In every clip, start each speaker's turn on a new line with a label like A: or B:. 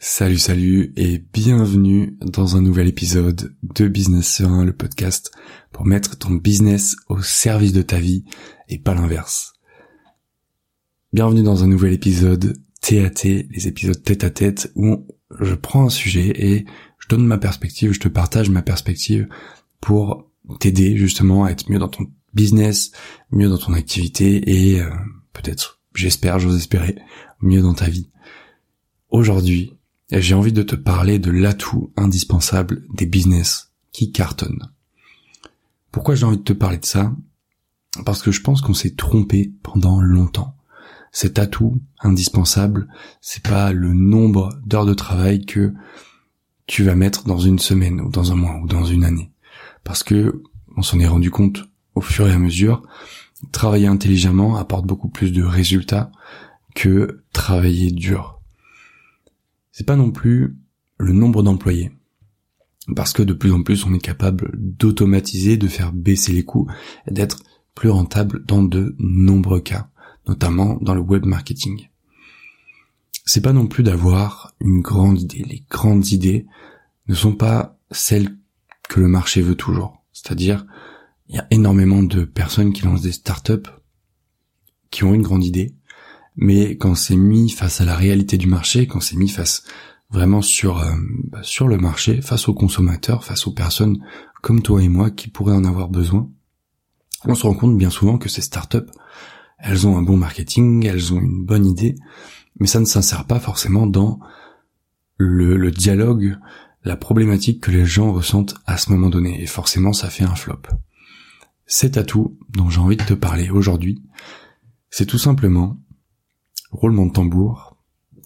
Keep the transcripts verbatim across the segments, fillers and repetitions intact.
A: Salut salut et bienvenue dans un nouvel épisode de Business Serein, le podcast pour mettre ton business au service de ta vie et pas l'inverse. Bienvenue dans un nouvel épisode T A T, les épisodes tête à tête où je prends un sujet et je donne ma perspective, je te partage ma perspective pour t'aider justement à être mieux dans ton business, mieux dans ton activité et euh, peut-être, j'espère, j'ose espérer, mieux dans ta vie. Aujourd'hui, j'ai envie de te parler de l'atout indispensable des business qui cartonnent. Pourquoi j'ai envie de te parler de ça ? Parce que je pense qu'on s'est trompé pendant longtemps. Cet atout indispensable, c'est pas le nombre d'heures de travail que tu vas mettre dans une semaine ou dans un mois ou dans une année. Parce que on s'en est rendu compte au fur et à mesure, travailler intelligemment apporte beaucoup plus de résultats que travailler dur. C'est pas non plus le nombre d'employés, parce que de plus en plus on est capable d'automatiser, de faire baisser les coûts et d'être plus rentable dans de nombreux cas, notamment dans le web marketing. C'est pas non plus d'avoir une grande idée. Les grandes idées ne sont pas celles que le marché veut toujours. C'est-à-dire, il y a énormément de personnes qui lancent des startups qui ont une grande idée, mais quand c'est mis face à la réalité du marché, quand c'est mis face vraiment sur euh, bah, sur le marché, face aux consommateurs, face aux personnes comme toi et moi qui pourraient en avoir besoin, on se rend compte bien souvent que ces startups, elles ont un bon marketing, elles ont une bonne idée, mais ça ne s'insère pas forcément dans le, le dialogue, la problématique que les gens ressentent à ce moment donné, et forcément ça fait un flop. Cet atout dont j'ai envie de te parler aujourd'hui, c'est tout simplement, roulement de tambour,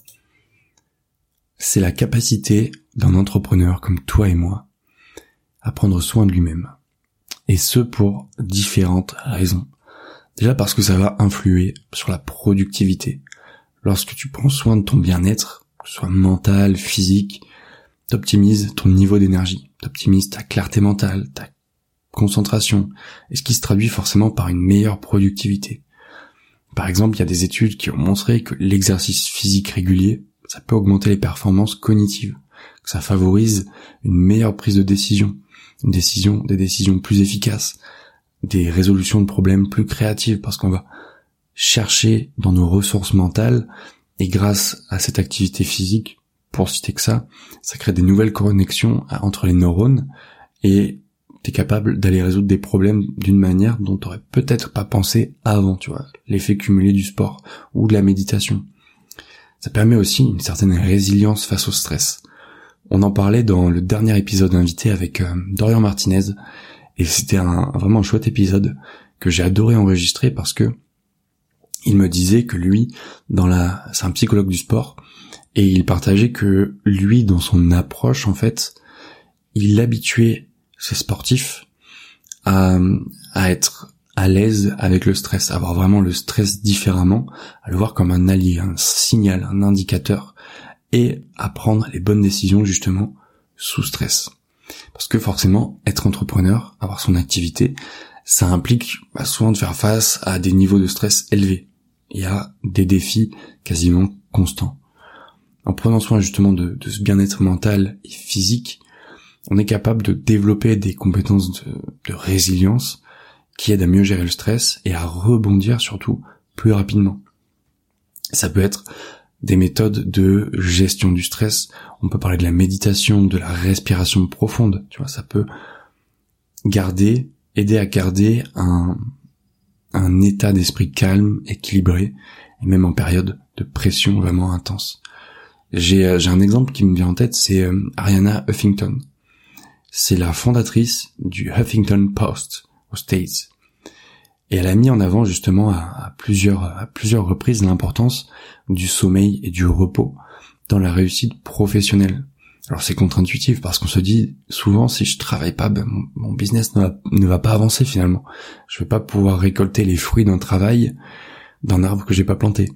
A: c'est la capacité d'un entrepreneur comme toi et moi à prendre soin de lui-même. Et ce pour différentes raisons. Déjà parce que ça va influer sur la productivité. Lorsque tu prends soin de ton bien-être, que ce soit mental, physique, t'optimises ton niveau d'énergie, t'optimises ta clarté mentale, ta concentration, et ce qui se traduit forcément par une meilleure productivité. Par exemple, il y a des études qui ont montré que l'exercice physique régulier, ça peut augmenter les performances cognitives, que ça favorise une meilleure prise de décision, une décision, des décisions plus efficaces, des résolutions de problèmes plus créatives, parce qu'on va chercher dans nos ressources mentales, et grâce à cette activité physique, pour citer que ça, ça crée des nouvelles connexions entre les neurones, et t'es capable d'aller résoudre des problèmes d'une manière dont t'aurais peut-être pas pensé avant, tu vois, l'effet cumulé du sport ou de la méditation. Ça permet aussi une certaine résilience face au stress. On en parlait dans le dernier épisode invité avec euh, Dorian Martinez, et c'était un, vraiment un chouette épisode que j'ai adoré enregistrer parce que il me disait que lui, dans la, c'est un psychologue du sport, et il partageait que lui, dans son approche, en fait, il habituait ces sportifs à, à être à l'aise avec le stress, à voir vraiment le stress différemment, à le voir comme un allié, un signal, un indicateur, et à prendre les bonnes décisions justement sous stress. Parce que forcément, être entrepreneur, avoir son activité, ça implique bah, souvent de faire face à des niveaux de stress élevés et à des défis quasiment constants. En prenant soin justement de, de ce bien-être mental et physique, on est capable de développer des compétences de, de résilience qui aident à mieux gérer le stress et à rebondir surtout plus rapidement. Ça peut être des méthodes de gestion du stress, on peut parler de la méditation, de la respiration profonde, tu vois, ça peut garder, aider à garder un, un état d'esprit calme, équilibré, et même en période de pression vraiment intense. J'ai, j'ai un exemple qui me vient en tête, c'est Arianna Huffington. C'est la fondatrice du Huffington Post aux States. Et elle a mis en avant justement à, à plusieurs à plusieurs reprises l'importance du sommeil et du repos dans la réussite professionnelle. Alors c'est contre-intuitif parce qu'on se dit souvent si je travaille pas, ben mon, mon business ne va, ne va pas avancer finalement. Je vais pas pouvoir récolter les fruits d'un travail d'un arbre que j'ai pas planté.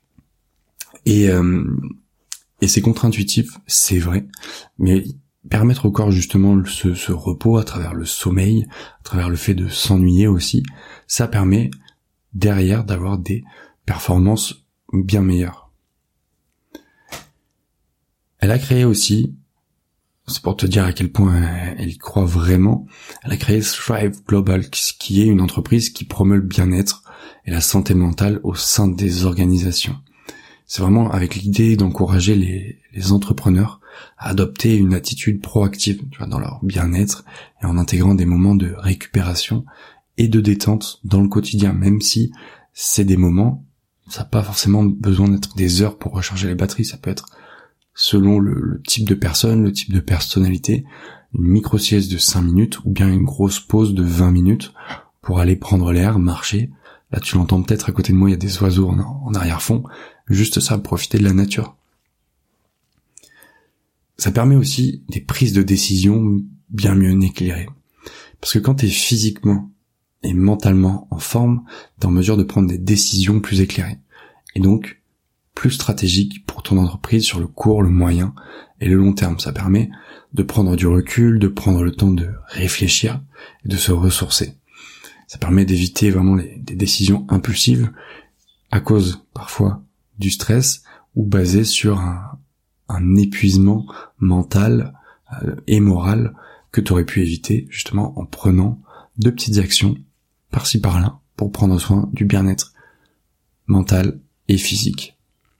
A: Et euh, et c'est contre-intuitif, c'est vrai, mais permettre au corps justement ce, ce repos à travers le sommeil, à travers le fait de s'ennuyer aussi, ça permet derrière d'avoir des performances bien meilleures. Elle a créé aussi, c'est pour te dire à quel point elle y croit vraiment, elle a créé Thrive Global, qui est une entreprise qui promeut le bien-être et la santé mentale au sein des organisations. C'est vraiment avec l'idée d'encourager les, les entrepreneurs à adopter une attitude proactive, tu vois, dans leur bien-être et en intégrant des moments de récupération et de détente dans le quotidien, même si c'est des moments, ça n'a pas forcément besoin d'être des heures pour recharger les batteries, ça peut être selon le, le type de personne, le type de personnalité, une micro-sieste de cinq minutes ou bien une grosse pause de vingt minutes pour aller prendre l'air, marcher. Là, tu l'entends peut-être à côté de moi, il y a des oiseaux en, en arrière-fond. Juste ça, profiter de la nature. Ça permet aussi des prises de décision bien mieux éclairées. Parce que quand tu es physiquement et mentalement en forme, tu es en mesure de prendre des décisions plus éclairées. Et donc, plus stratégiques pour ton entreprise sur le court, le moyen et le long terme. Ça permet de prendre du recul, de prendre le temps de réfléchir et de se ressourcer. Ça permet d'éviter vraiment les, des décisions impulsives à cause parfois du stress ou basées sur un, un épuisement mental euh, et moral que tu aurais pu éviter justement en prenant de petites actions par-ci par-là pour prendre soin du bien-être mental et physique.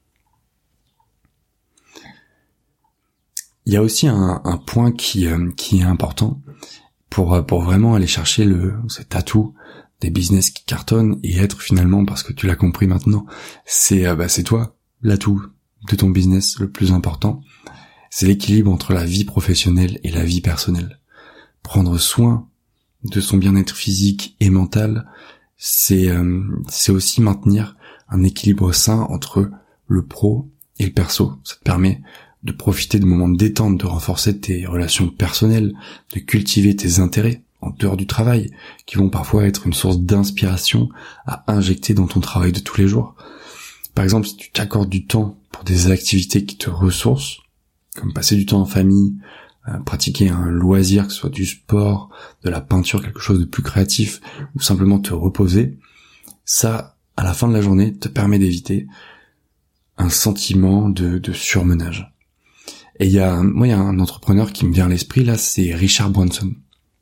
A: Il y a aussi un, un point qui, euh, qui est important pour, pour vraiment aller chercher le, cet atout des business qui cartonnent et être finalement, parce que tu l'as compris maintenant, c'est, euh, bah, c'est toi, l'atout de ton business le plus important. C'est l'équilibre entre la vie professionnelle et la vie personnelle. Prendre soin de son bien-être physique et mental, c'est, euh, c'est aussi maintenir un équilibre sain entre le pro et le perso. Ça te permet de profiter de moments de détente, de renforcer tes relations personnelles, de cultiver tes intérêts en dehors du travail, qui vont parfois être une source d'inspiration à injecter dans ton travail de tous les jours. Par exemple, si tu t'accordes du temps pour des activités qui te ressourcent, comme passer du temps en famille, euh, pratiquer un loisir, que ce soit du sport, de la peinture, quelque chose de plus créatif, ou simplement te reposer, ça, à la fin de la journée, te permet d'éviter un sentiment de, de surmenage. Et il y a, moi, il y a un entrepreneur qui me vient à l'esprit, là, c'est Richard Branson,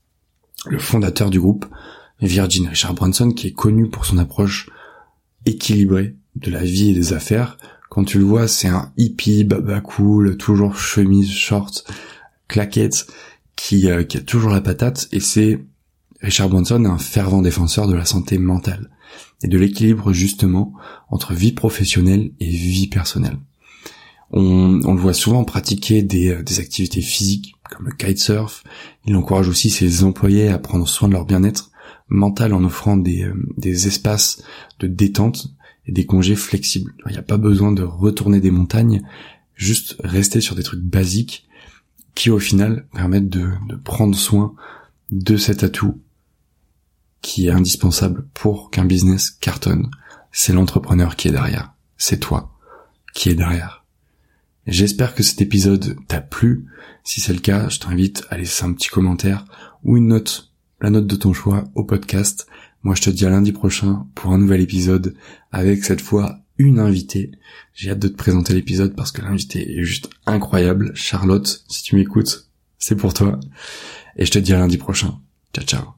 A: le fondateur du groupe Virgin. Richard Branson, qui est connu pour son approche équilibrée de la vie et des affaires. Quand tu le vois, c'est un hippie, baba cool, toujours chemise, short, claquette, qui, euh, qui a toujours la patate, et c'est, Richard Branson est un fervent défenseur de la santé mentale, et de l'équilibre, justement, entre vie professionnelle et vie personnelle. On, on le voit souvent pratiquer des, des activités physiques, comme le kitesurf. Il encourage aussi ses employés à prendre soin de leur bien-être mental en offrant des, euh, des espaces de détente et des congés flexibles. Il n'y a pas besoin de retourner des montagnes, juste rester sur des trucs basiques qui, au final, permettent de, de prendre soin de cet atout qui est indispensable pour qu'un business cartonne. C'est l'entrepreneur qui est derrière. C'est toi qui est derrière. J'espère que cet épisode t'a plu. Si c'est le cas, je t'invite à laisser un petit commentaire ou une note, la note de ton choix au podcast. Moi, je te dis à lundi prochain pour un nouvel épisode avec cette fois une invitée. J'ai hâte de te présenter l'épisode parce que l'invitée est juste incroyable. Charlotte, si tu m'écoutes, c'est pour toi. Et je te dis à lundi prochain. Ciao, ciao.